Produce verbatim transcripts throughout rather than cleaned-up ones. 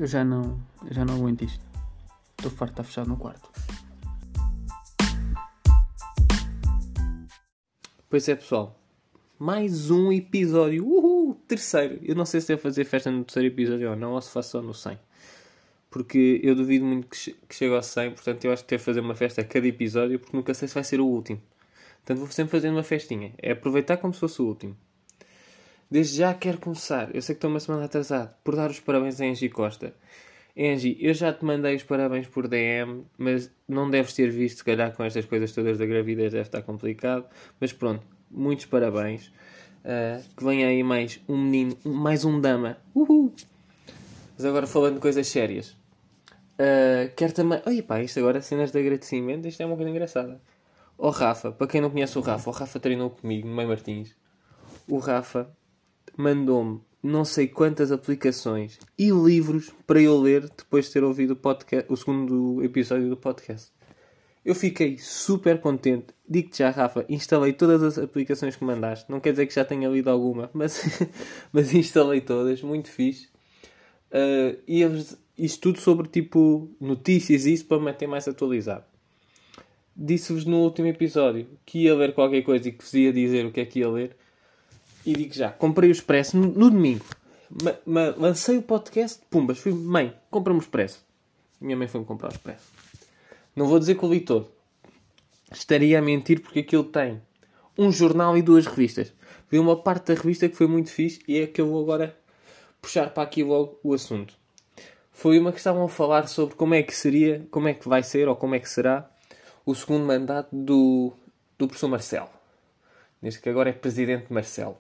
Eu já não, eu já não aguento isto. Estou farto de estar fechado no quarto. Pois é, pessoal. Mais um episódio. Uhul! Terceiro. Eu não sei se devo fazer festa no terceiro episódio ou não, ou se faço só no cem. Porque eu duvido muito que, che- que chegue ao cem. Portanto, eu acho que devo fazer uma festa a cada episódio, porque nunca sei se vai ser o último. Portanto, vou sempre fazer uma festinha. É aproveitar como se fosse o último. Desde já quero começar, eu sei que estou uma semana atrasado, por dar os parabéns a Angie Costa. Angie, eu já te mandei os parabéns por D M, mas não deves ter visto, se calhar com estas coisas todas da gravidez deve estar complicado. Mas pronto, muitos parabéns. Uh, que venha aí mais um menino, mais um dama. Uhul! Mas agora falando de coisas sérias. Uh, quero também... Olha pá, isto agora, cenas de agradecimento, isto é uma coisa engraçada. O Rafa, para quem não conhece o Rafa, o Rafa treinou comigo no Meio Martins. O Rafa mandou-me não sei quantas aplicações e livros para eu ler depois de ter ouvido o, podcast, o segundo episódio do podcast. Eu fiquei super contente. Digo-te já, Rafa, instalei todas as aplicações que mandaste. Não quer dizer que já tenha lido alguma, mas, mas instalei todas. Muito fixe. Uh, e eles, isto tudo sobre tipo notícias e isso para me manter mais atualizado. Disse-vos no último episódio que ia ler qualquer coisa e que vos ia dizer o que é que ia ler. E digo já, comprei o Expresso no, no domingo. Ma, ma, lancei o podcast, pumbas, fui, mãe, compra-me o Expresso. Minha mãe foi-me comprar o Expresso. Não vou dizer que o li todo. Estaria a mentir porque aquilo tem um jornal e duas revistas. Vi uma parte da revista que foi muito fixe e é que eu vou agora puxar para aqui logo o assunto. Foi uma que estavam a falar sobre como é que seria, como é que vai ser ou como é que será o segundo mandato do, do professor Marcelo. Neste que agora é presidente Marcelo.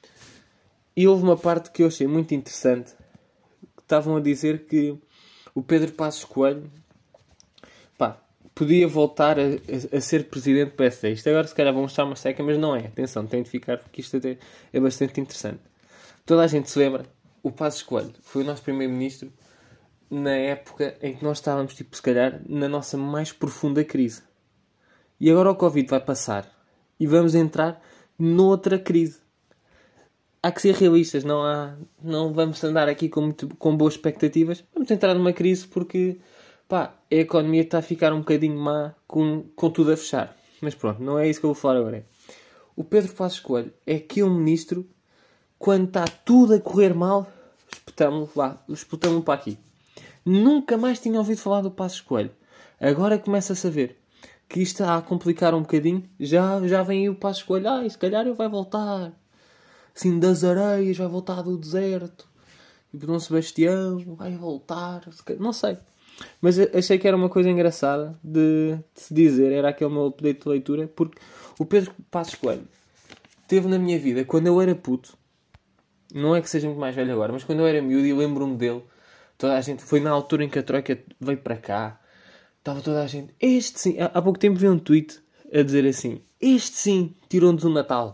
E houve uma parte que eu achei muito interessante. Que estavam a dizer que o Pedro Passos Coelho pá, podia voltar a, a, a ser presidente do P S D. Isto agora se calhar vão achar uma seca, mas não é. Atenção, tem de ficar porque isto até é bastante interessante. Toda a gente se lembra, o Passos Coelho foi o nosso primeiro-ministro na época em que nós estávamos, tipo, se calhar, na nossa mais profunda crise. E agora o Covid vai passar. E vamos entrar noutra crise. Há que ser realistas, não, há, não vamos andar aqui com, muito, com boas expectativas. Vamos entrar numa crise porque pá, a economia está a ficar um bocadinho má com, com tudo a fechar. Mas pronto, não é isso que eu vou falar agora. O Pedro Passos Coelho é aquele ministro, quando está tudo a correr mal, espetamos-lo lá, espetamos-lo para aqui. Nunca mais tinha ouvido falar do Passos Coelho. Agora começa a saber que isto está a complicar um bocadinho. Já, já vem aí o Passos Coelho. Ah, se calhar ele vai voltar. Assim, das areias, vai voltar do deserto. E o Dom Sebastião vai voltar. Não sei. Mas achei que era uma coisa engraçada de, de se dizer. Era aquele meu update de leitura. Porque o Pedro Passos Coelho teve na minha vida, quando eu era puto, não é que seja muito mais velho agora, mas quando eu era miúdo e lembro-me dele, toda a gente, foi na altura em que a Troika veio para cá, estava toda a gente, este sim, há, há pouco tempo vi um tweet a dizer assim, este sim tirou-nos o Natal.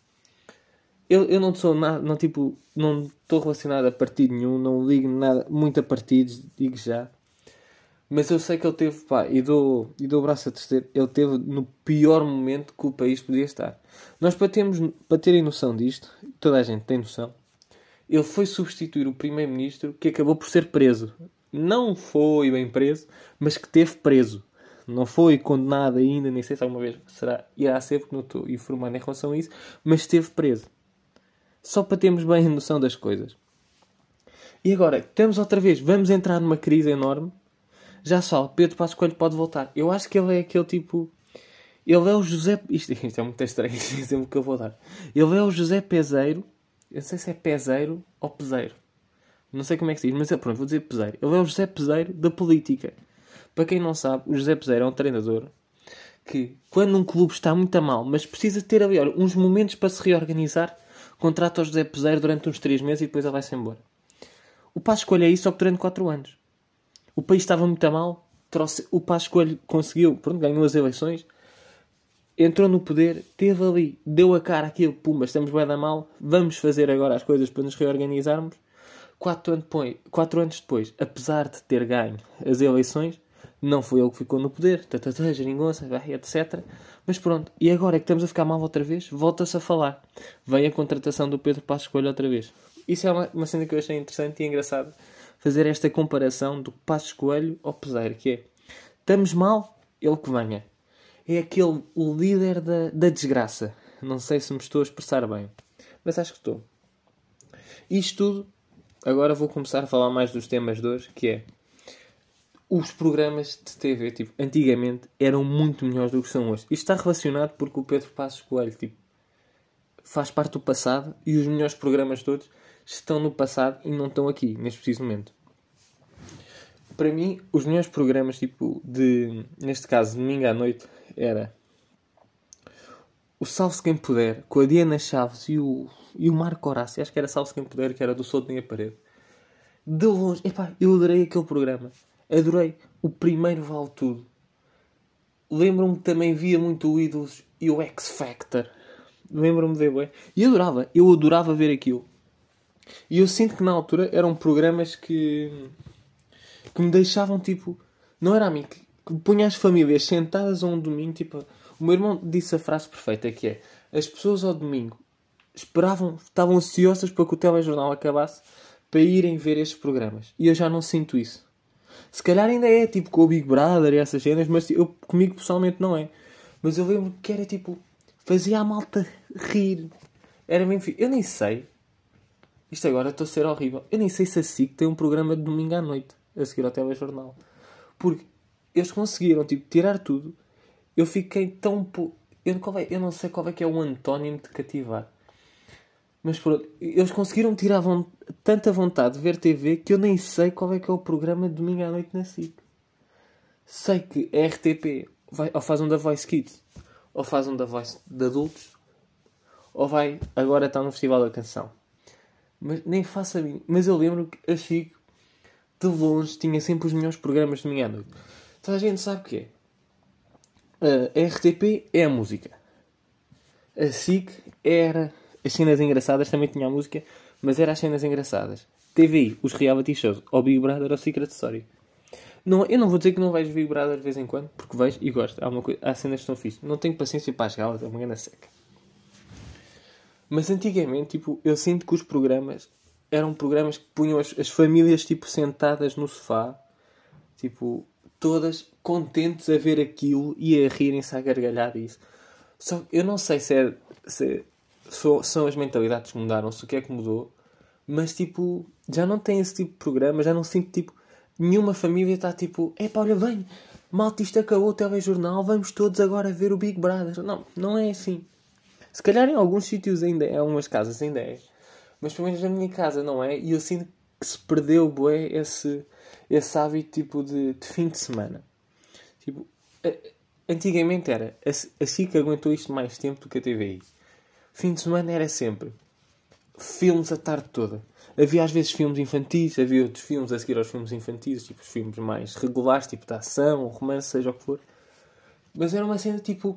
Eu, eu não sou nada, não, tipo, não estou relacionado a partido nenhum, não ligo nada, muito a partidos, digo já. Mas eu sei que ele teve, pá, e dou, e dou o braço a terceiro, ele teve no pior momento que o país podia estar. Nós, para, termos, para terem noção disto, toda a gente tem noção, ele foi substituir o primeiro-ministro que acabou por ser preso. Não foi bem preso, mas que teve preso. Não foi condenado ainda, nem sei se alguma vez será, irá ser, porque não estou informado em relação a isso, mas esteve preso. Só para termos bem a noção das coisas. E agora, estamos outra vez, vamos entrar numa crise enorme. Já só, Pedro Passos Coelho pode voltar. Eu acho que ele é aquele tipo... Ele é o José... Isto, isto é muito estranho, este exemplo que eu vou dar. Ele é o José Peseiro. Eu não sei se é Peseiro ou Peseiro. Não sei como é que se diz, mas é, pronto, vou dizer Peseiro. Ele é o José Peseiro da política. Para quem não sabe, o José Peseiro é um treinador que, quando um clube está muito a mal, mas precisa ter ali olha, uns momentos para se reorganizar, contrata o José Peseiro durante uns três meses e depois ele vai-se embora. O Passos Coelho é isso, só que durante quatro anos. O país estava muito a mal, trouxe, o Passos Coelho conseguiu, pronto, ganhou as eleições, entrou no poder, teve ali, deu a cara aquilo, pumba, estamos bem da mal, vamos fazer agora as coisas para nos reorganizarmos. Quatro anos depois, quatro anos depois apesar de ter ganho as eleições, não foi ele que ficou no poder, tatatá, geringonça, etcétera. Mas pronto, e agora é que estamos a ficar mal outra vez, volta-se a falar. Vem a contratação do Pedro Passos Coelho outra vez. Isso é uma, uma cena que eu achei interessante e engraçada fazer esta comparação do Passos Coelho ao Peseiro, que é, estamos mal, ele que venha. É aquele o líder da, da desgraça. Não sei se me estou a expressar bem, mas acho que estou. Isto tudo, agora vou começar a falar mais dos temas de hoje, que é os programas de T V, tipo, antigamente eram muito melhores do que são hoje. Isto está relacionado porque o Pedro Passos Coelho, tipo, faz parte do passado e os melhores programas todos estão no passado e não estão aqui, neste preciso momento. Para mim, os melhores programas, tipo, de, neste caso, domingo à noite, era o Salve-se Quem Puder, com a Diana Chaves e o, e o Marco Horácio. Acho que era Salve-se Quem Puder, que era do Solto Nem a Parede. De longe, epá, eu adorei aquele programa. Adorei. O primeiro vale tudo. Lembro-me que também via muito o Ídolos e o X Factor. Lembro-me de ver. E adorava. Eu adorava ver aquilo. E eu sinto que na altura eram programas que... que me deixavam, tipo... Não era a mim. Que, que punha as famílias sentadas a um domingo, tipo... O meu irmão disse a frase perfeita, que é... As pessoas ao domingo esperavam, estavam ansiosas para que o telejornal acabasse para irem ver estes programas. E eu já não sinto isso. Se calhar ainda é, tipo, com o Big Brother e essas cenas, mas eu, comigo pessoalmente não é. Mas eu lembro que era, tipo... Fazia a malta rir. Era mesmo... Eu nem sei... Isto agora estou a ser horrível. Eu nem sei se a S I C tem um programa de domingo à noite a seguir ao telejornal. Porque eles conseguiram, tipo, tirar tudo. Eu fiquei tão... Po... Eu, qual é... eu não sei qual é que é o antónimo de cativar. Mas pronto, eles conseguiram tirar von... tanta vontade de ver T V que eu nem sei qual é que é o programa de domingo à noite na S I C. Sei que a R T P vai... ou faz um da Voice Kids, ou faz um da Voice de adultos, ou vai... Agora está no Festival da Canção. Mas nem faço a mim. Mas eu lembro que a S I C, de longe, tinha sempre os melhores programas de domingo à noite. Então a gente sabe o que é. A R T P é a música. A S I C era as cenas engraçadas, também tinha a música, mas era as cenas engraçadas. T V I, os reality shows, ou Big Brother ou Secret Story. Não, eu não vou dizer que não vejo Big Brother de vez em quando, porque vejo e gosto. Há, uma coisa, há cenas que estão fixas. Não tenho paciência para as galas, é uma grande seca. Mas antigamente, tipo, eu sinto que os programas eram programas que punham as, as famílias, tipo, sentadas no sofá, tipo, todas contentes a ver aquilo e a rirem-se à gargalhada disso. Só que eu não sei se, é, se é, são as mentalidades que mudaram, se o que é que mudou, mas, tipo, já não tem esse tipo de programa, já não sinto, tipo, nenhuma família está, tipo, epá, olha bem, malta, isto acabou o telejornal, vamos todos agora ver o Big Brother. Não, não é assim. Se calhar em alguns sítios ainda é, em algumas casas ainda é. Mas pelo menos na minha casa não é. E eu sinto que se perdeu, bué, esse, esse hábito tipo de, de fim de semana. Tipo, antigamente era. A, a S I C aguentou isto mais tempo do que a T V I. Fim de semana era sempre filmes a tarde toda. Havia às vezes filmes infantis, havia outros filmes a seguir aos filmes infantis, tipo os filmes mais regulares, tipo de ação, romance, seja o que for. Mas era uma cena tipo...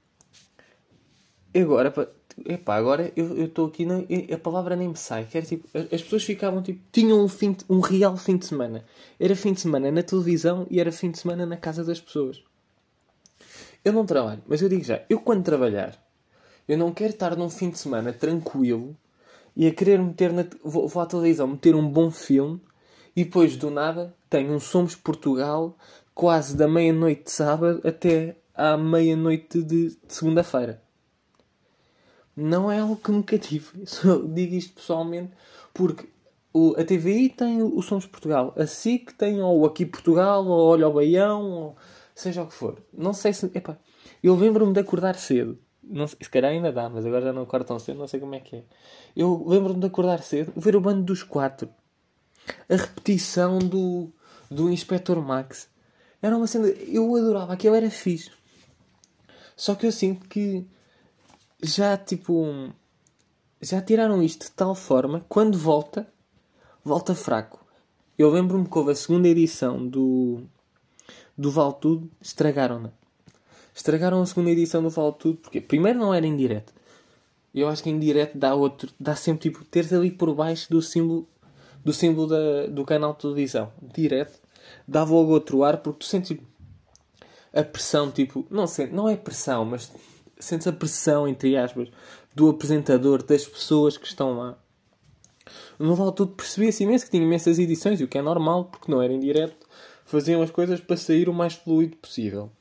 Agora, epá, agora eu estou aqui, na, a palavra nem me sai. Que era, tipo, as pessoas ficavam, tipo, tinham um, fim de, um real fim de semana. Era fim de semana na televisão e era fim de semana na casa das pessoas. Eu não trabalho, mas eu digo já, eu quando trabalhar, eu não quero estar num fim de semana tranquilo e a querer meter, na, vou, vou à televisão, meter um bom filme e depois do nada tenho um Somos Portugal quase da meia-noite de sábado até à meia-noite de, de segunda-feira. Não é algo que me cative. Só digo isto pessoalmente porque o, a T V I tem o, o Somos Portugal. A S I C tem ou Aqui Portugal, ou Olha o Baião, ou seja o que for. Não sei se... Epá, eu lembro-me de acordar cedo. Não sei, se calhar ainda dá, mas agora já não acordo tão cedo, não sei como é que é. Eu lembro-me de acordar cedo, ver o Bando dos Quatro. A repetição do, do Inspector Max. Era uma cena... Eu adorava, aquilo era fixe. Só que eu sinto que já, tipo, já tiraram isto de tal forma, quando volta, volta fraco. Eu lembro-me que houve a segunda edição do, do Vale Tudo, estragaram-na. Estragaram a segunda edição do Vale Tudo, porque primeiro não era em direto. Eu acho que em direto dá outro, dá sempre, tipo, ter-te ali por baixo do símbolo, do símbolo da, do canal de televisão. Direto, dava logo outro ar, porque tu sentes, tipo, a pressão, tipo, não sei, não é pressão, mas... Sentes a pressão, entre aspas, do apresentador, das pessoas que estão lá. No Vale Tudo percebia-se imenso que tinha imensas edições, e o que é normal, porque não era em direto, faziam as coisas para sair o mais fluido possível.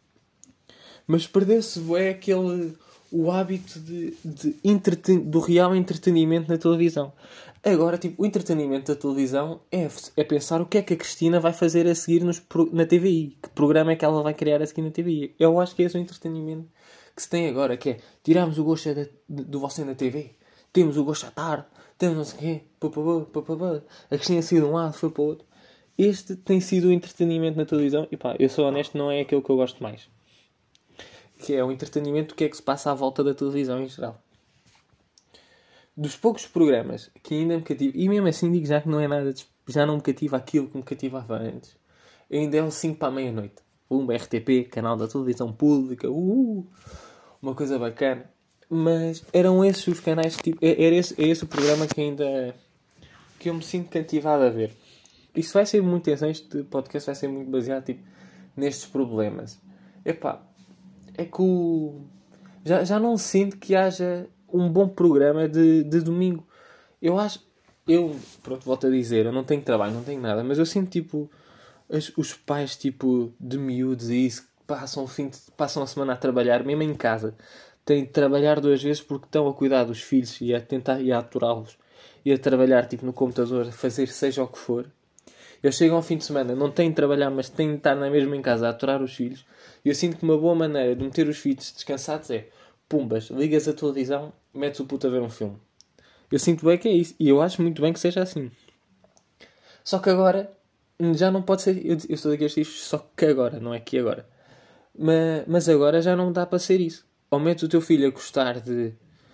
Mas perdeu-se é aquele o hábito de, de entreten... do real entretenimento na televisão. Agora, tipo, o entretenimento da televisão é, é pensar o que é que a Cristina vai fazer a seguir nos, na T V I. Que programa é que ela vai criar a seguir na T V I. Eu acho que é esse o entretenimento que se tem agora, que é tirarmos o gosto de, de, do você na T V. Temos o gosto à tarde. Temos não sei o quê. Pá, pá, pá, pá, pá. A Cristina saiu de um lado, foi para o outro. Este tem sido o entretenimento na televisão. E pá, eu sou honesto, não é aquele que eu gosto mais. Que é o entretenimento do que é que se passa à volta da televisão em geral. Dos poucos programas que ainda me cativa, e mesmo assim digo já que não é nada, já não me cativa aquilo que me cativava antes, ainda é o cinco para a meia-noite. Um R T P, canal da televisão pública, uh, uma coisa bacana. Mas eram esses os canais, tipo, era esse, é esse o programa que ainda que eu me sinto cativado a ver. Isso vai ser muito, este podcast vai ser muito baseado tipo, nestes problemas. Epá, é que o... já, já não sinto que haja um bom programa de, de domingo. Eu acho... Eu, pronto, volto a dizer, eu não tenho trabalho, não tenho nada, mas eu sinto, tipo, as, os pais, tipo, de miúdos e isso, passam, o fim de, passam a semana a trabalhar, mesmo em casa. Têm de trabalhar duas vezes porque estão a cuidar dos filhos e a tentar e a aturá-los. E a trabalhar, tipo, no computador, a fazer seja o que for. Eles chegam ao fim de semana, não têm de trabalhar, mas têm de estar na mesma em casa a aturar os filhos. E eu sinto que uma boa maneira de meter os filhos descansados é pumbas, ligas a televisão, metes o puto a ver um filme. Eu sinto bem que é isso. E eu acho muito bem que seja assim. Só que agora, já não pode ser... Eu, eu estou aqui a dizer isto só que agora, não é que agora. Mas, mas agora já não dá para ser isso. Ou metes o teu filho a gostar de...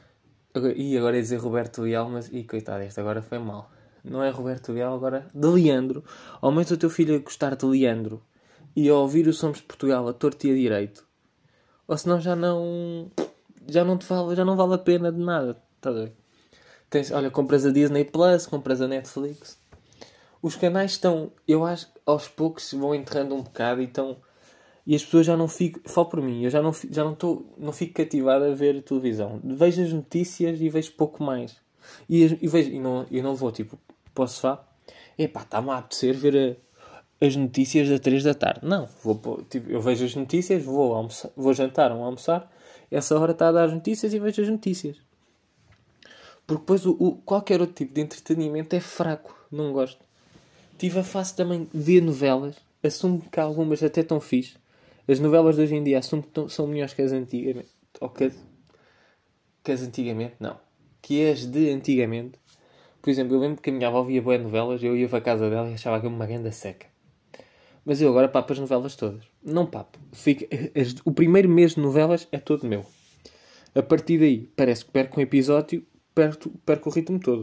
E agora ia dizer Roberto Leal, mas... Ih, coitado, este agora foi mal. Não é Roberto Leal, agora de Leandro. Ou metes o teu filho a gostar de Leandro e a ouvir o Somos de Portugal a torto e a direito. Ou senão já não... Já não te vale, já não vale a pena de nada. Estás a ver? Tens, olha, compras a Disney Plus, compras a Netflix. Os canais estão, eu acho, aos poucos vão enterrando um bocado e estão... E as pessoas já não ficam... Falo por mim, eu já não, já não, tô, não fico cativado a ver televisão. Vejo as notícias e vejo pouco mais. E, e, vejo, e, não, e não vou, tipo, para o sofá. Epá, está-me a apetecer ver a, as notícias das três da tarde. Não, vou, tipo, eu vejo as notícias, vou, almoçar, vou jantar ou almoçar. Essa hora está a dar as notícias e vejo as notícias. Porque depois o, o, qualquer outro tipo de entretenimento é fraco. Não gosto. Tive a face também de ver novelas. Assumo que algumas até estão fixe. As novelas de hoje em dia assumo que são melhores que as antigamente. Ou que, que as antigamente, não. Que as de antigamente. Por exemplo, eu lembro que a minha avó via boas novelas. Eu ia para a casa dela e achava aquilo uma grande seca. Mas eu agora papo as novelas todas. Não papo. Fico, as, o primeiro mês de novelas é todo meu. A partir daí, parece que perco um episódio, perco, perco o ritmo todo.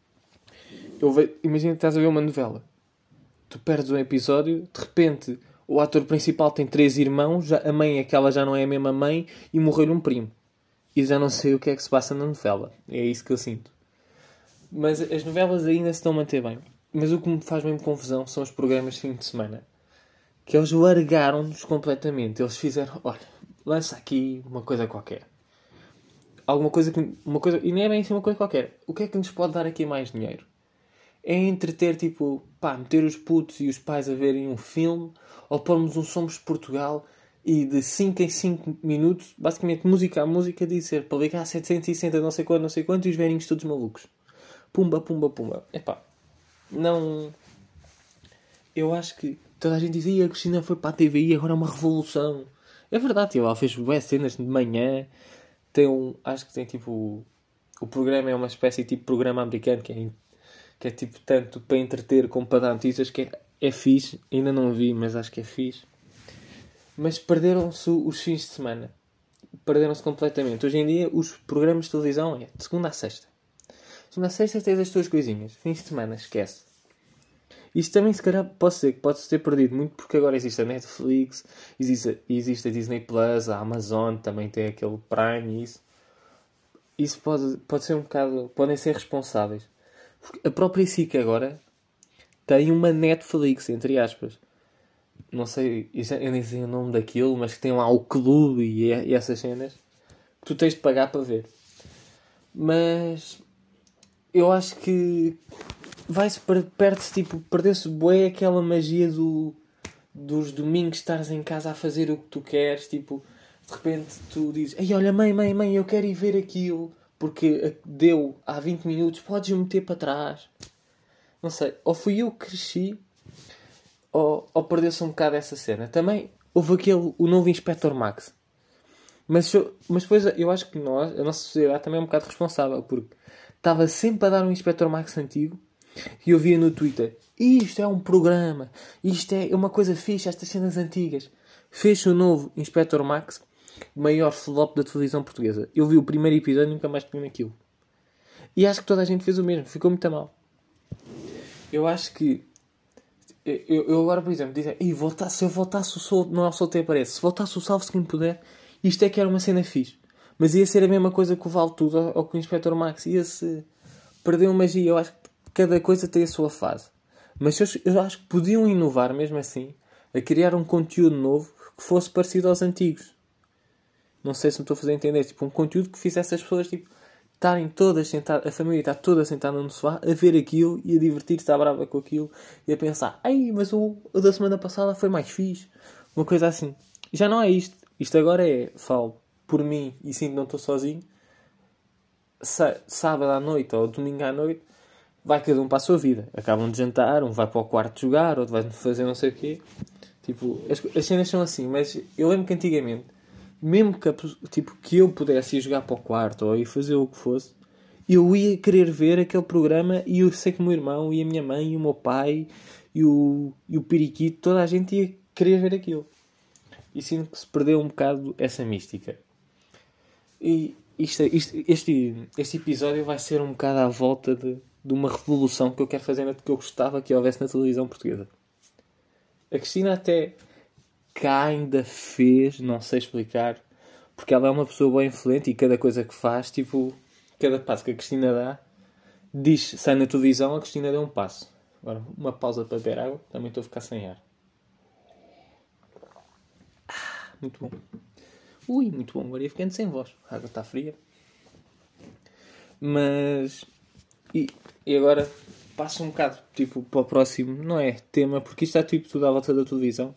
Eu ve, imagina que estás a ver uma novela. Tu perdes um episódio, de repente o ator principal tem três irmãos, já, a mãe aquela já não é a mesma mãe e morreu-lhe um primo. E já não sei o que é que se passa na novela. É isso que eu sinto. Mas as novelas ainda se estão a manter bem. Mas o que me faz mesmo confusão são os programas de fim de semana. Que eles largaram-nos completamente. Eles fizeram, olha, lança aqui uma coisa qualquer. Alguma coisa que... Uma coisa, e nem é bem assim uma coisa qualquer. O que é que nos pode dar aqui mais dinheiro? É entreter, tipo, pá, meter os putos e os pais a verem um filme, ou pormos um Somos de Portugal e de cinco em cinco minutos, basicamente música a música, dizer para ligar a setecentos e sessenta não sei quanto, não sei quanto, e os velhinhos todos malucos. Pumba, pumba, pumba. Epá, não... Eu acho que toda a gente dizia, a Cristina foi para a T V I, agora é uma revolução. É verdade, tipo, ela fez boas cenas de manhã, tem um... Acho que tem, tipo... O programa é uma espécie de tipo programa americano, que é... que é tipo tanto para entreter como para dar notícias, que é, é fixe. Ainda não vi, mas acho que é fixe. Mas perderam-se os fins de semana. Perderam-se completamente. Hoje em dia, os programas de televisão é de segunda a sexta. Segunda a sexta tens as tuas coisinhas. Fins de semana, esquece. Isto também, se calhar, pode ser que pode-se ter perdido muito, porque agora existe a Netflix, existe, existe a Disney Plus, a Amazon, também tem aquele Prime e isso. Isso pode, pode ser um bocado... Podem ser responsáveis. Porque a própria S I C agora tem uma Netflix, entre aspas. Não sei, eu nem sei o nome daquilo, mas que tem lá o clube e, e essas cenas que tu tens de pagar para ver. Mas eu acho que vai-se, perde-se, tipo, perdeu-se bué aquela magia do, dos domingos estares em casa a fazer o que tu queres, tipo, de repente tu dizes, ei, olha mãe, mãe, mãe, eu quero ir ver aquilo, porque deu há vinte minutos, podes meter para trás. Não sei, ou fui eu que cresci, ou, ou perdeu-se um bocado essa cena. Também houve aquele, o novo Inspector Max. Mas, mas depois eu acho que nós, a nossa sociedade também é um bocado responsável, porque estava sempre a dar um Inspector Max antigo e eu via no Twitter, isto é um programa, isto é uma coisa fixe, estas cenas antigas. Fez o novo Inspector Max, maior flop da televisão portuguesa. Eu vi o primeiro episódio e nunca mais peguei naquilo. E acho que toda a gente fez o mesmo, ficou muito mal. Eu acho que eu, eu agora, por exemplo, dizem, voltar, se eu voltasse o sol, não é o sol que aparece, se voltasse o salve-se quem puder, isto é que era uma cena fixe. Mas ia ser a mesma coisa que o Vale Tudo ou que o Inspector Max. Ia-se perder uma magia. Eu acho que cada coisa tem a sua fase. Mas eu, eu acho que podiam inovar mesmo assim, a criar um conteúdo novo que fosse parecido aos antigos. Não sei se me estou a fazer entender. Tipo, um conteúdo que fizesse as pessoas, tipo, estarem todas sentadas, a família está toda sentada no sofá a ver aquilo e a divertir-se, a brava com aquilo e a pensar, ai, mas o, o da semana passada foi mais fixe. Uma coisa assim. Já não é isto. Isto agora é, falo por mim e sinto que não estou sozinho. Sábado à noite ou domingo à noite, vai cada um para a sua vida. Acabam de jantar, um vai para o quarto jogar, outro vai fazer não sei o quê. Tipo, as, as cenas são assim, mas eu lembro que antigamente, mesmo que, tipo, que eu pudesse ir jogar para o quarto ou ir fazer o que fosse, eu ia querer ver aquele programa e eu sei que o meu irmão e a minha mãe e o meu pai e o, e o periquito, toda a gente ia querer ver aquilo. E sinto que se perdeu um bocado essa mística. E isto, isto, este, este episódio vai ser um bocado à volta de, de uma revolução que eu quero fazer, que eu gostava que houvesse na televisão portuguesa. A Cristina até cá ainda fez, não sei explicar, porque ela é uma pessoa bem influente e cada coisa que faz, tipo, cada passo que a Cristina dá, diz, sai na televisão, a Cristina deu um passo. Agora, uma pausa para beber água, também estou a ficar sem ar. Ah, muito bom. Ui, muito bom, agora ia ficando sem voz. A água está fria. Mas... E, e agora passo um bocado, tipo, para o próximo, não é tema, porque isto está tipo tudo à volta da televisão.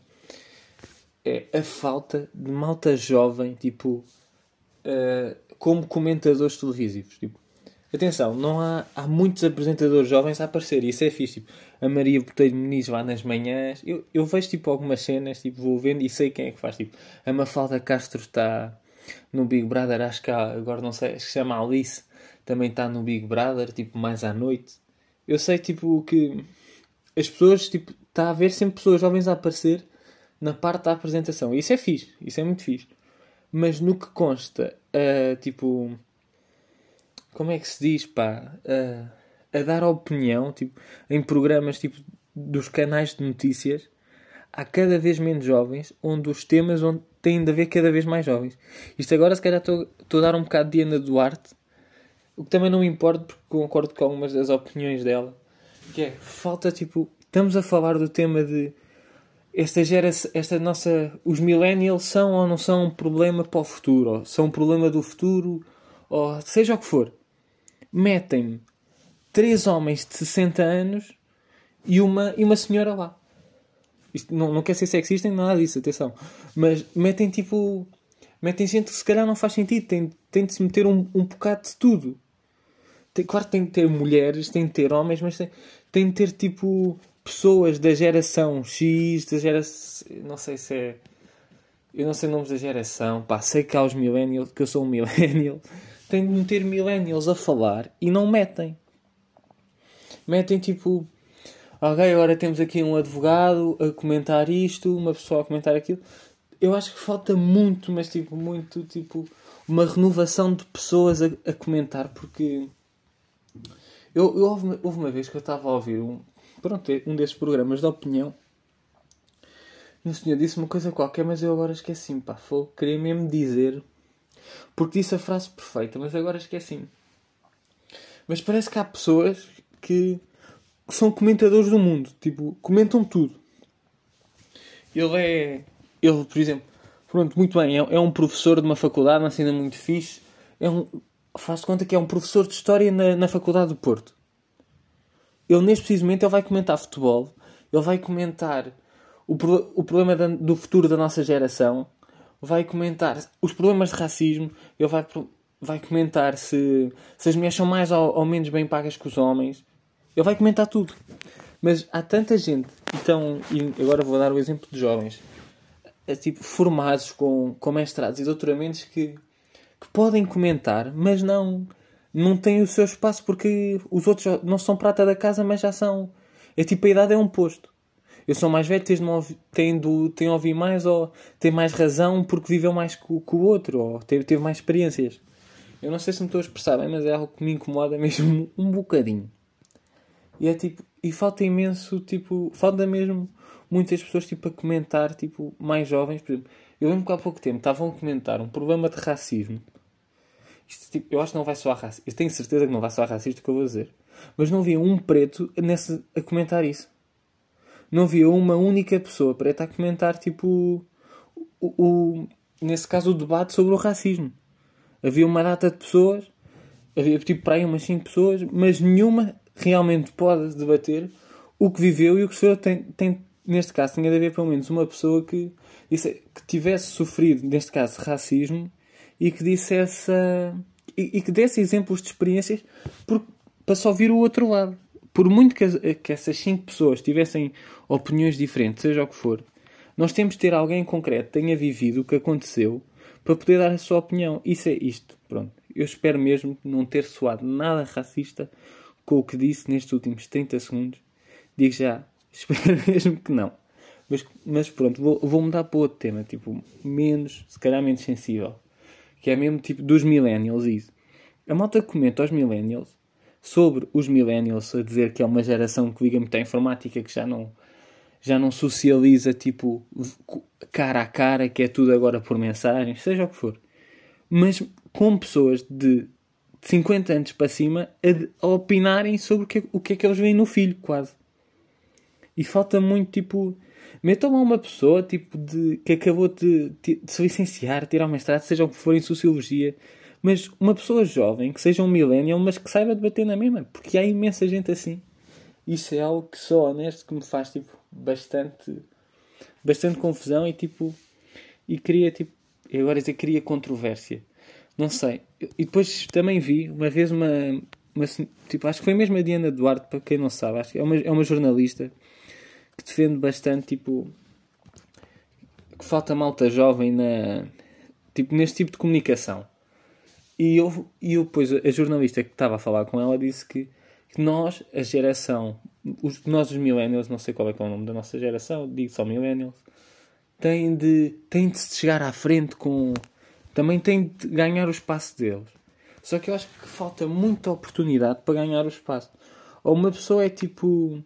É a falta de malta jovem, tipo, uh, como comentadores televisivos. Tipo, atenção, não há, há muitos apresentadores jovens a aparecer, e isso é fixe. Tipo, a Maria Botelho Muniz lá nas manhãs. Eu, eu vejo tipo algumas cenas, tipo, vou vendo e sei quem é que faz. Tipo, a Mafalda Castro está no Big Brother, acho que há, agora não sei, acho que se chama Alice, também está no Big Brother, tipo, mais à noite. Eu sei, tipo, que as pessoas, tipo, está a haver sempre pessoas jovens a aparecer na parte da apresentação. E isso é fixe, isso é muito fixe. Mas no que consta, uh, tipo... Como é que se diz, pá? Uh, a dar opinião, tipo, em programas, tipo, dos canais de notícias, há cada vez menos jovens, onde os temas onde têm de haver cada vez mais jovens. Isto agora, se calhar, estou a dar um bocado de Ana Duarte, o que também não me importa, porque concordo com algumas das opiniões dela, que é, falta, tipo, estamos a falar do tema de esta geração, esta nossa, os millennials são ou não são um problema para o futuro, ou são um problema do futuro, ou seja o que for. Metem três homens de sessenta anos e uma, e uma senhora lá. Isto não, não quer ser sexista nem nada disso, atenção. Mas metem tipo... Metem gente que se calhar não faz sentido. Tem, tem de se meter um, um bocado de tudo. Tem, claro que tem de ter mulheres, tem de ter homens, mas tem, tem de ter tipo... pessoas da geração X, da geração... Não sei se é... Eu não sei nomes da geração. Pá, sei que há os millennials, que eu sou um millennial. Tem de meter millennials a falar e não metem. Metem tipo... Ok, agora temos aqui um advogado a comentar isto, uma pessoa a comentar aquilo. Eu acho que falta muito, mas tipo, muito, tipo... Uma renovação de pessoas a, a comentar, porque... Eu, eu houve, houve uma vez que eu estava a ouvir um... Pronto, um desses programas de opinião. E o senhor disse uma coisa qualquer, mas eu agora esqueci-me, pá. Foi, queria mesmo dizer... Porque disse a frase perfeita, mas agora esqueci-me. Mas parece que há pessoas que são comentadores do mundo. Tipo, comentam tudo. Ele é... Ele, por exemplo... Pronto, muito bem. É, é um professor de uma faculdade, uma cena muito fixe. É um, faz de conta que é um professor de História na, na Faculdade do Porto. Ele, neste preciso momento, ele vai comentar futebol. Ele vai comentar o, pro, o problema da, do futuro da nossa geração. Vai comentar os problemas de racismo. Ele vai, vai comentar se, se as mulheres são mais ou, ou menos bem pagas que os homens. Ele vai comentar tudo. Mas há tanta gente, então, e agora vou dar o exemplo de jovens, é, tipo, formados com, com mestrados e doutoramentos que, que podem comentar, mas não, não têm o seu espaço porque os outros não são prata da casa, mas já são. É tipo, a idade é um posto. Eu sou mais velho, têm de ouvir mais, ou têm mais razão porque viveu mais que, que o outro, ou teve, teve mais experiências. Eu não sei se me estou a expressar bem, mas é algo que me incomoda mesmo um bocadinho. E é tipo, e falta imenso, tipo, falta mesmo muitas pessoas, tipo, a comentar, tipo, mais jovens. Por exemplo, eu lembro que há pouco tempo estavam a comentar um problema de racismo. Isto, tipo, eu acho que não vai soar racista. Eu tenho certeza que não vai soar racista o que eu vou dizer. Mas não havia um preto nesse, a comentar isso. Não havia uma única pessoa preta a comentar, tipo, o, o, nesse caso, o debate sobre o racismo. Havia uma data de pessoas, havia, tipo, para aí umas cinco pessoas, mas nenhuma realmente pode debater o que viveu e o que sofreu. Tem, tem, neste caso, tinha de haver pelo menos uma pessoa que, disse, que tivesse sofrido, neste caso, racismo e que dissesse uh, e, e que desse exemplos de experiências por, para só vir o outro lado. Por muito que, que essas cinco pessoas tivessem opiniões diferentes, seja o que for, nós temos de ter alguém em concreto que tenha vivido o que aconteceu para poder dar a sua opinião. Isso é isto. Pronto. Eu espero mesmo não ter soado nada racista com o que disse nestes últimos trinta segundos. Digo já, espero mesmo que não. Mas, mas pronto, vou, vou mudar para outro tema, tipo, menos, se calhar menos sensível. Que é mesmo tipo dos millennials isso. A malta comenta aos millennials sobre os millennials a dizer que é uma geração que liga muito à informática, que já não, já não socializa tipo cara a cara, que é tudo agora por mensagens, seja o que for. Mas com pessoas de cinquenta anos para cima a, a opinarem sobre o que, o que é que eles veem no filho, quase. E falta muito, tipo... Metam lá uma pessoa, tipo, de, que acabou de, de se licenciar, tirar um mestrado, seja o que for em Sociologia, mas uma pessoa jovem, que seja um millennial, mas que saiba debater na mesma, porque há imensa gente assim. Isso é algo que, sou honesto, que me faz, tipo, bastante... Bastante confusão e, tipo... E queria, tipo... Eu agora dizer, queria controvérsia. Não sei. E depois também vi, uma vez, uma... uma tipo, acho que foi mesmo a Diana Duarte, para quem não sabe. Acho que é uma, é uma jornalista que defende bastante, tipo... Que falta malta jovem na... Tipo, neste tipo de comunicação. E eu, e eu depois, a jornalista que estava a falar com ela disse que, que nós, a geração... Os, nós, os millennials, não sei qual é, que é o nome da nossa geração, digo só millennials, tem de, tem de se chegar à frente com... Também tem de ganhar o espaço deles. Só que eu acho que falta muita oportunidade para ganhar o espaço. Ou uma pessoa é tipo...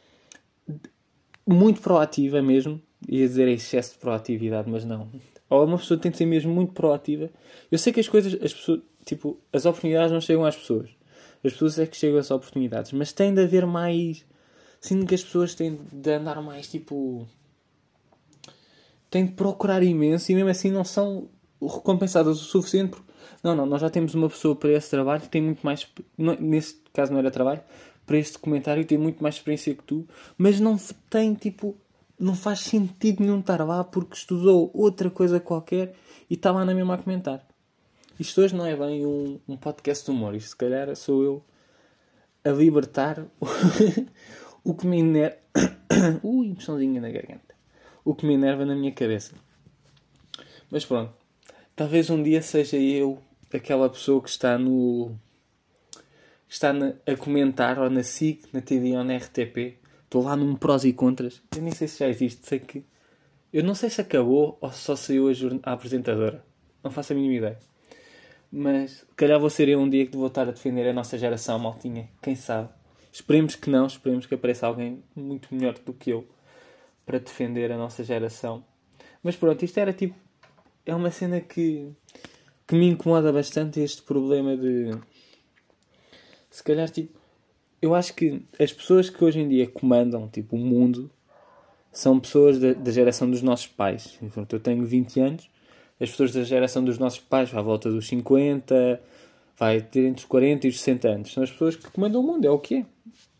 muito proativa mesmo. Ia dizer excesso de proatividade, mas não. Ou uma pessoa tem de ser mesmo muito proativa. Eu sei que as coisas... As pessoas, tipo, as oportunidades não chegam às pessoas. As pessoas é que chegam às oportunidades. Mas tem de haver mais... Sinto que as pessoas têm de andar mais, tipo... Têm de procurar imenso e mesmo assim não são recompensadas o suficiente. Porque, não, não, nós já temos uma pessoa para esse trabalho que tem muito mais... Não, nesse caso não era trabalho. Para este documentário tem muito mais experiência que tu. Mas não tem, tipo... Não faz sentido nenhum estar lá porque estudou outra coisa qualquer e está lá na mesma a comentar. Isto hoje não é bem um, um podcast de humor. Isto se calhar sou eu a libertar o que me enerva... Ui, impressãozinha na garganta. O que me enerva na minha cabeça. Mas pronto. Talvez um dia seja eu aquela pessoa que está no... Que está na, a comentar ou na S I C, na T V ou na R T P. Estou lá num prós e contras. Eu nem sei se já existe. Sei que... Eu não sei se acabou ou se só saiu a, jorn... a apresentadora. Não faço a mínima ideia. Mas, se calhar vou ser eu um dia que vou estar a defender a nossa geração, maltinha. Quem sabe? Esperemos que não. Esperemos que apareça alguém muito melhor do que eu para defender a nossa geração. Mas pronto, isto era tipo... É uma cena que... Que me incomoda bastante, este problema de... Se calhar, tipo... Eu acho que as pessoas que hoje em dia comandam, tipo, o mundo... São pessoas da, da geração dos nossos pais. Eu tenho vinte anos. As pessoas da geração dos nossos pais, à volta dos cinquenta, vai ter entre os quarenta e os sessenta anos. São as pessoas que comandam o mundo, é o que é.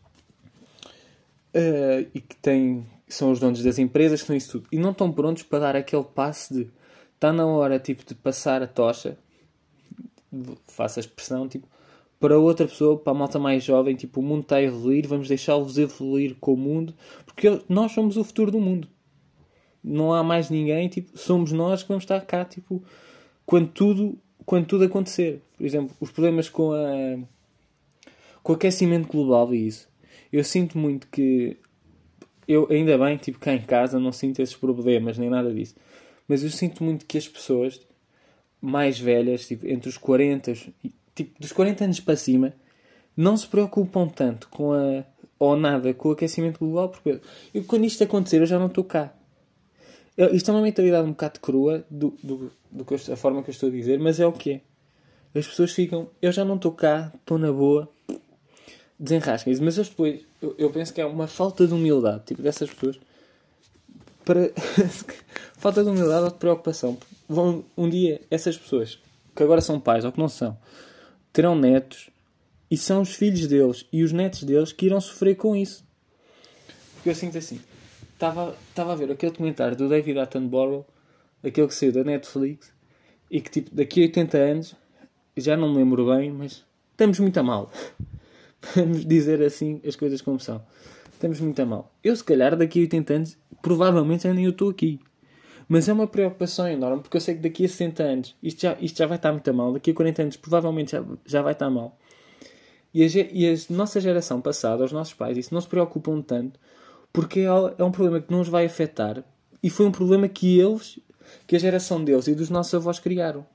Uh, e que têm, são os donos das empresas, que são isso tudo. E não estão prontos para dar aquele passo de... Está na hora, tipo, de passar a tocha, faça a expressão, tipo, para outra pessoa, para a malta mais jovem, tipo, o mundo está a evoluir, vamos deixá-los evoluir com o mundo, porque nós somos o futuro do mundo. Não há mais ninguém, tipo, somos nós que vamos estar cá, tipo, quando tudo, quando tudo acontecer. Por exemplo, os problemas com a com o aquecimento global e isso. Eu sinto muito que eu, ainda bem, tipo, cá em casa não sinto esses problemas, nem nada disso. Mas eu sinto muito que as pessoas mais velhas, tipo, entre os quarenta, tipo, dos quarenta anos para cima, não se preocupam tanto com a, ou nada, com o aquecimento global, porque eu, quando isto acontecer, eu já não estou cá. Eu, isto é uma mentalidade um bocado crua, do, do, do que eu, a forma que eu estou a dizer, mas é o que é. As pessoas ficam, eu já não estou cá, estou na boa, desenrasquem-se. Mas eu depois, eu, eu penso que é uma falta de humildade, tipo, dessas pessoas, para falta de humildade ou de preocupação. Vão, um dia, essas pessoas, que agora são pais, ou que não são, terão netos, e são os filhos deles e os netos deles que irão sofrer com isso. Porque eu sinto assim, estava a ver aquele documentário do David Attenborough, aquele que saiu da Netflix, e que tipo, daqui a oitenta anos, já não me lembro bem, mas estamos muito a mal. Vamos dizer assim as coisas como são. Estamos muito a mal. Eu, se calhar, daqui a oitenta anos, provavelmente já nem eu estou aqui. Mas é uma preocupação enorme, porque eu sei que daqui a sessenta anos isto já, isto já vai estar muito a mal. Daqui a quarenta anos, provavelmente já, já vai estar mal. E a, e a nossa geração passada, os nossos pais, isso não se preocupam tanto, porque é, é um problema que não os vai afetar. E foi um problema que eles, que a geração deles e dos nossos avós criaram.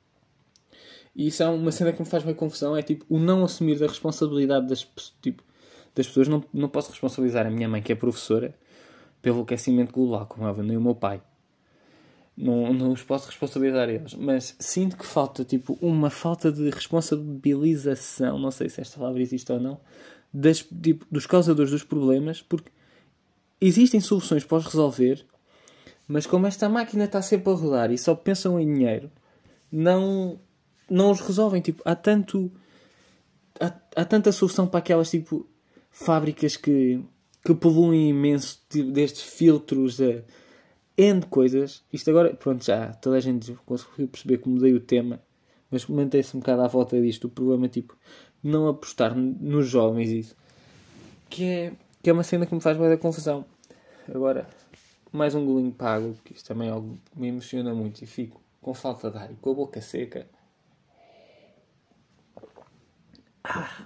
E isso é uma cena que me faz meio confusão. É tipo, o não assumir da responsabilidade das, tipo, das pessoas. Não, não posso responsabilizar a minha mãe, que é professora, pelo aquecimento global, como é, nem o meu pai. Não, não os posso responsabilizar eles. Mas sinto que falta, tipo, uma falta de responsabilização, não sei se esta palavra existe ou não, das, tipo, dos causadores dos problemas, porque existem soluções para os resolver, mas como esta máquina está sempre a rodar e só pensam em dinheiro, não, não os resolvem. Tipo, há tanto... Há, há tanta solução para aquelas, tipo, fábricas que, que poluem imenso, tipo, destes filtros a N coisas. Isto agora, pronto, já toda a gente conseguiu perceber que mudei o tema, mas mantém-se um bocado à volta disto. O problema é, tipo, não apostar nos jovens, isso. Que é, que é uma cena que me faz muita confusão. Agora, mais um golinho para a água, porque isto também é algo que me emociona muito e fico com falta de ar e com a boca seca. Ah.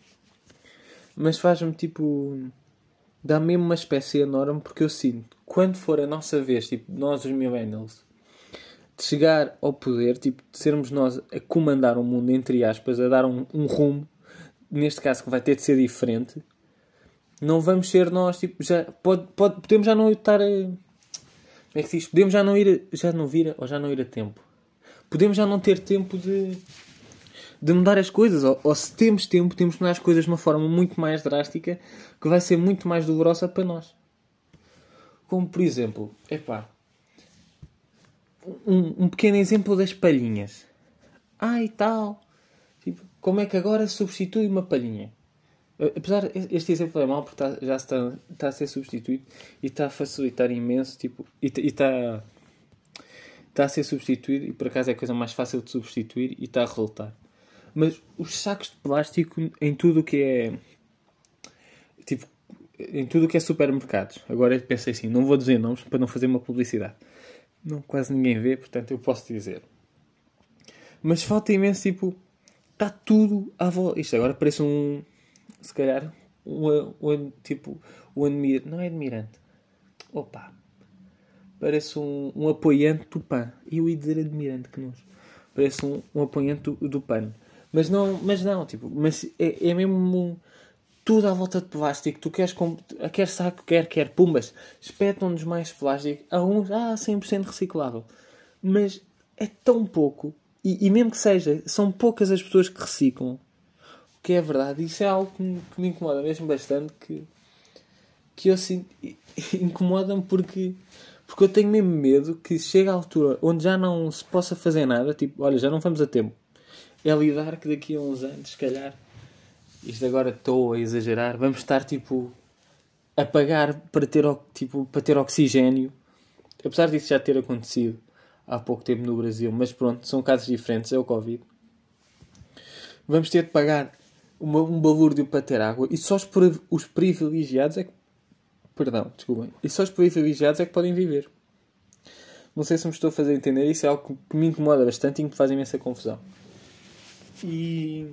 Mas faz-me, tipo... Dá mesmo uma espécie enorme, porque eu sinto, quando for a nossa vez, tipo, nós os millennials, de chegar ao poder, tipo, de sermos nós a comandar o mundo, entre aspas, a dar um, um rumo, neste caso que vai ter de ser diferente, não vamos ser nós, tipo, já, pode, pode, podemos já não estar a... Como é que se diz? Podemos já não ir, a, já não vir, ou já não ir a tempo. Podemos já não ter tempo de... de mudar as coisas, ou, ou se temos tempo, temos de mudar as coisas de uma forma muito mais drástica, que vai ser muito mais dolorosa para nós. Como, por exemplo, epá, um, um pequeno exemplo das palhinhas. Ah, e tal. Tipo, como é que agora se substitui uma palhinha? Apesar, este exemplo é mau porque está, já está, está a ser substituído e está a facilitar imenso, tipo, e, e está, está a ser substituído, e por acaso é a coisa mais fácil de substituir e está a resultar. Mas os sacos de plástico em tudo o que é... Tipo, em tudo o que é supermercados. Agora eu pensei assim, não vou dizer nomes para não fazer uma publicidade. Não, quase ninguém vê, portanto eu posso dizer. Mas falta imenso, tipo... Está tudo à volta. Isto agora parece um... Se calhar... Um, um, tipo... Um admirante... Não é admirante. Opa. Parece um, um apoiante do PAN. E eu ia dizer admirante, que nós. Parece um, um apoiante do, do PAN. Mas não, mas não, tipo, mas é, é mesmo tudo à volta de plástico. Tu queres, quer saco, quer, quer, pumbas, espetam-nos mais plástico. A uns, ah, cem por cento reciclável. Mas é tão pouco, e, e mesmo que seja, são poucas as pessoas que reciclam. O que é verdade, isso é algo que me, que me incomoda mesmo bastante, que, que eu sinto, incomoda-me porque, porque eu tenho mesmo medo que chegue à altura onde já não se possa fazer nada, tipo, olha, já não vamos a tempo. é lidar que daqui a uns anos, se calhar, isto agora estou a exagerar, vamos estar tipo a pagar para ter, tipo, para ter oxigénio, apesar disso já ter acontecido há pouco tempo no Brasil, mas pronto, são casos diferentes, é o Covid. Vamos ter de pagar uma, um balúrdio para ter água e só os, os privilegiados é que, perdão, desculpem, e só os privilegiados é que podem viver. Não sei se me estou a fazer entender, isso é algo que me incomoda bastante e que me faz imensa confusão. E,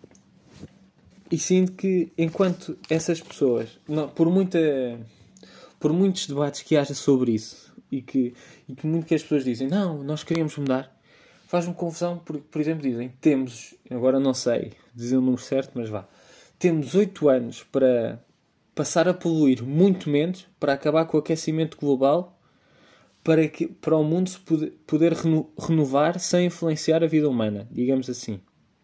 e sinto que enquanto essas pessoas, não, por, muita, por muitos debates que haja sobre isso, e que, e que muito que as pessoas dizem, não, nós queremos mudar, faz-me confusão, por, por exemplo, dizem, temos, agora não sei dizer o número certo, mas vá, temos oito anos para passar a poluir muito menos, para acabar com o aquecimento global, para, que, para o mundo se poder, poder reno, renovar sem influenciar a vida humana, digamos assim.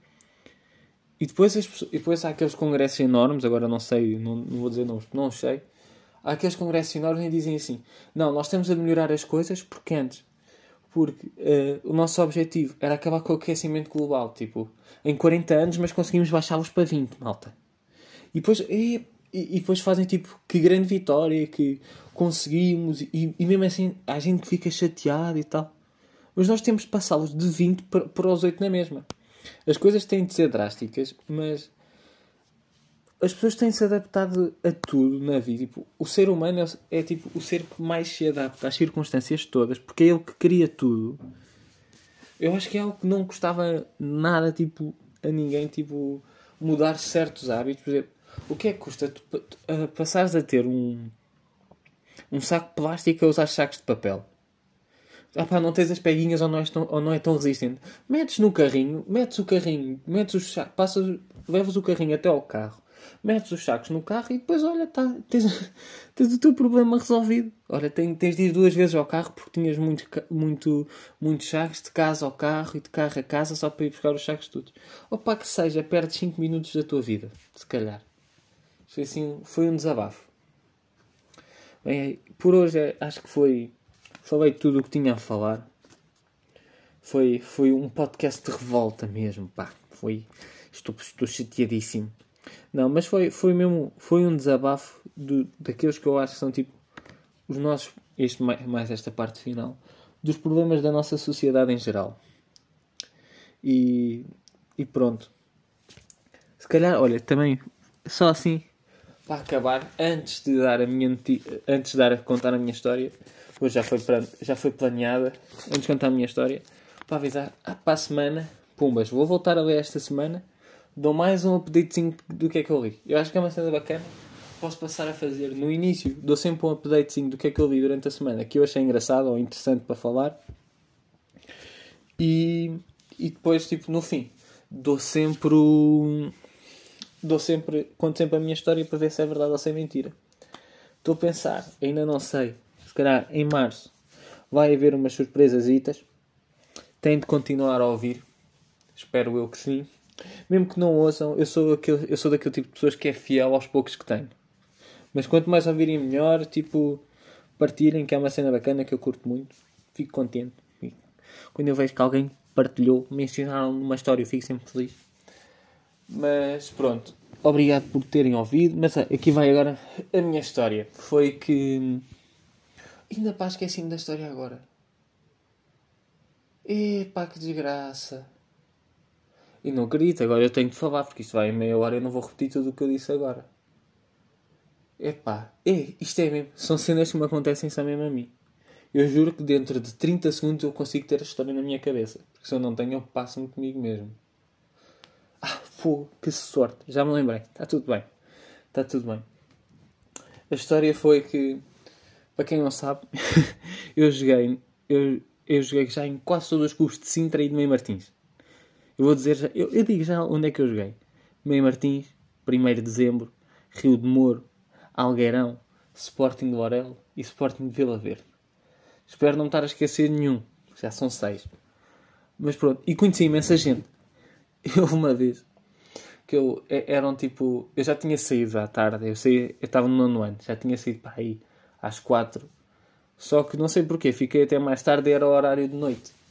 E depois, as, e depois há aqueles congressos enormes, agora não sei, não, não vou dizer nomes, não sei, há aqueles congressos enormes e dizem assim, não, nós temos a melhorar as coisas porque antes, porque uh, o nosso objetivo era acabar com o aquecimento global, tipo, em quarenta anos, mas conseguimos baixá-los para vinte, malta. E depois, e, e, e depois fazem tipo, que grande vitória, que conseguimos, e, e mesmo assim há gente que fica chateada e tal. Mas nós temos de passá-los de vinte para, para os oito na mesma. As coisas têm de ser drásticas, mas as pessoas têm-se adaptado a tudo na vida. Tipo, o ser humano é, é tipo o ser que mais se adapta às circunstâncias todas, porque é ele que cria tudo. Eu acho que é algo que não custava nada tipo, a ninguém tipo, mudar certos hábitos. Por exemplo, o que é que custa tu, tu, uh, passares a ter um, um saco de plástico a usar sacos de papel? Ah pá, não tens as peguinhas ou não, és tão, ou não é tão resistente. Metes no carrinho, metes o carrinho, metes os sacos, passas, levas o carrinho até ao carro, metes os sacos no carro e depois, olha, tá, tens, tens o teu problema resolvido. Olha, tens, tens de ir duas vezes ao carro porque tinhas muito, muito, muitos sacos de casa ao carro e de carro a casa só para ir buscar os sacos todos. Ou pá, que seja, perdes cinco minutos da tua vida, se calhar. Foi assim, foi um desabafo. Bem, por hoje acho que foi... Falei tudo o que tinha a falar. Foi, foi um podcast de revolta mesmo, pá. Foi, estou, estou chateadíssimo. Não, mas foi, foi mesmo, foi um desabafo de, daqueles que eu acho que são tipo os nossos, este, mais esta parte final, dos problemas da nossa sociedade em geral. E, e pronto. Se calhar, olha, também, só assim, para acabar, antes de dar a minha noti- antes de dar a contar a minha história, hoje já foi, já foi planeada, antes de contar a minha história, para avisar, ah, para a semana, pumbas, vou voltar a ler esta semana, dou mais um updatezinho do que é que eu li. Eu acho que é uma cena bacana, posso passar a fazer no início, dou sempre um updatezinho do que é que eu li durante a semana, que eu achei engraçado ou interessante para falar, e, e depois, tipo, no fim, dou sempre o... dou sempre, conto sempre a minha história para ver se é verdade ou se é mentira. Estou a pensar, ainda não sei, se calhar em março vai haver umas surpresasitas. Tenho de continuar a ouvir, espero eu que sim. Mesmo que não ouçam, eu sou, aquele, eu sou daquele tipo de pessoas que é fiel aos poucos que tenho. Mas quanto mais ouvirem melhor, tipo, partilhem, que é uma cena bacana que eu curto muito. Fico contente. Quando eu vejo que alguém partilhou, mencionaram numa história, eu fico sempre feliz. Mas pronto, obrigado por terem ouvido. Mas aqui vai agora a minha história. Foi que... Ainda pá, esqueci-me da história agora. Epá, que desgraça. E não acredito, agora eu tenho de falar, porque isto vai em meia hora e eu não vou repetir tudo o que eu disse agora. Epá, é, isto é mesmo, são cenas que me acontecem só mesmo a mim. Eu juro que dentro de trinta segundos eu consigo ter a história na minha cabeça. Porque se eu não tenho, eu passo-me comigo mesmo. Ah, fogo, que sorte. Já me lembrei. Está tudo bem. Está tudo bem. A história foi que, para quem não sabe, eu joguei, eu, eu joguei já em quase todos os clubes de Sintra e de Meio Martins. Eu vou dizer, já, eu, eu digo já onde é que eu joguei. Meio Martins, primeiro de dezembro, Rio de Moro, Algueirão, Sporting de Orel e Sporting de Vila Verde. Espero não estar a esquecer nenhum. Já são seis. Mas pronto. E conheci imensa gente. Houve uma vez que eu eram tipo... Eu já tinha saído à tarde. Eu saí, eu estava no nono ano. Já tinha saído para aí às quatro. Só que não sei porquê. Fiquei até mais tarde e era o horário de noite.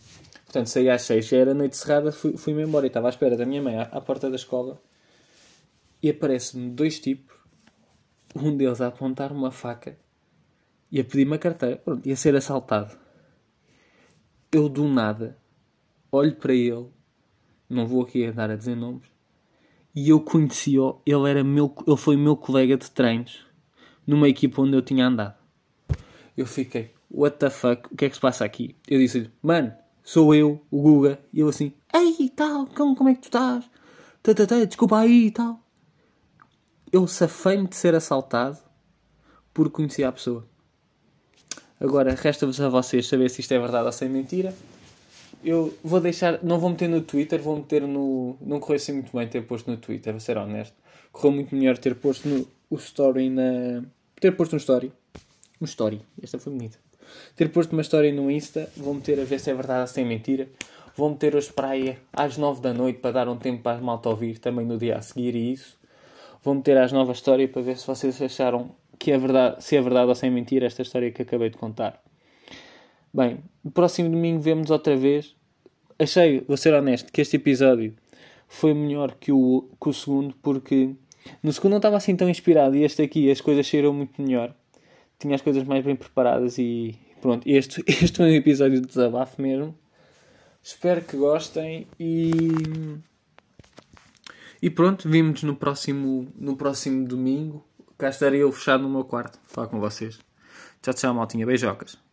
Portanto, saí às seis, já era noite cerrada, fui- fui-me embora e estava à espera da minha mãe à, à porta da escola e aparece-me dois tipos, um deles a apontar uma faca e a pedir-me a carteira. Pronto, ia ser assaltado. Eu, do nada, olho para ele, não vou aqui andar a dizer nomes, e eu conheci-o, ele, era meu, ele foi meu colega de treinos numa equipa onde eu tinha andado. Eu fiquei, what the fuck, o que é que se passa aqui? Eu disse-lhe, mano, sou eu, o Guga. E eu assim, ei, tal, como, como é que tu estás? Tá, tá, tá, desculpa aí e tal. Eu safei-me de ser assaltado porque conhecia a pessoa. Agora, resta-vos a vocês saber se isto é verdade ou se é mentira. Eu vou deixar, não vou meter no Twitter, vou meter no... Não correu assim muito bem ter posto no Twitter, vou ser honesto. Correu muito melhor ter posto no, o story na... Ter posto um story. Um story, esta foi bonita. Ter posto uma história no Insta, vou meter a ver se é verdade ou se é mentira. Vou meter hoje para aí às nove da noite para dar um tempo para a malta ouvir também no dia a seguir e isso. Vou meter às nove a história para ver se vocês acharam que é verdade, se é verdade ou se é mentira esta história que acabei de contar. Bem, no próximo domingo vemos outra vez. Achei, vou ser honesto, que este episódio foi melhor que o, que o segundo, porque no segundo não estava assim tão inspirado e este aqui as coisas saíram muito melhor. Tinha as coisas mais bem preparadas e pronto. Este, este foi um episódio de desabafo mesmo. Espero que gostem e... E pronto, vimos no próximo, no próximo domingo. Cá estarei eu fechado no meu quarto. Falar com vocês. Tchau, tchau, maltinha. Beijocas.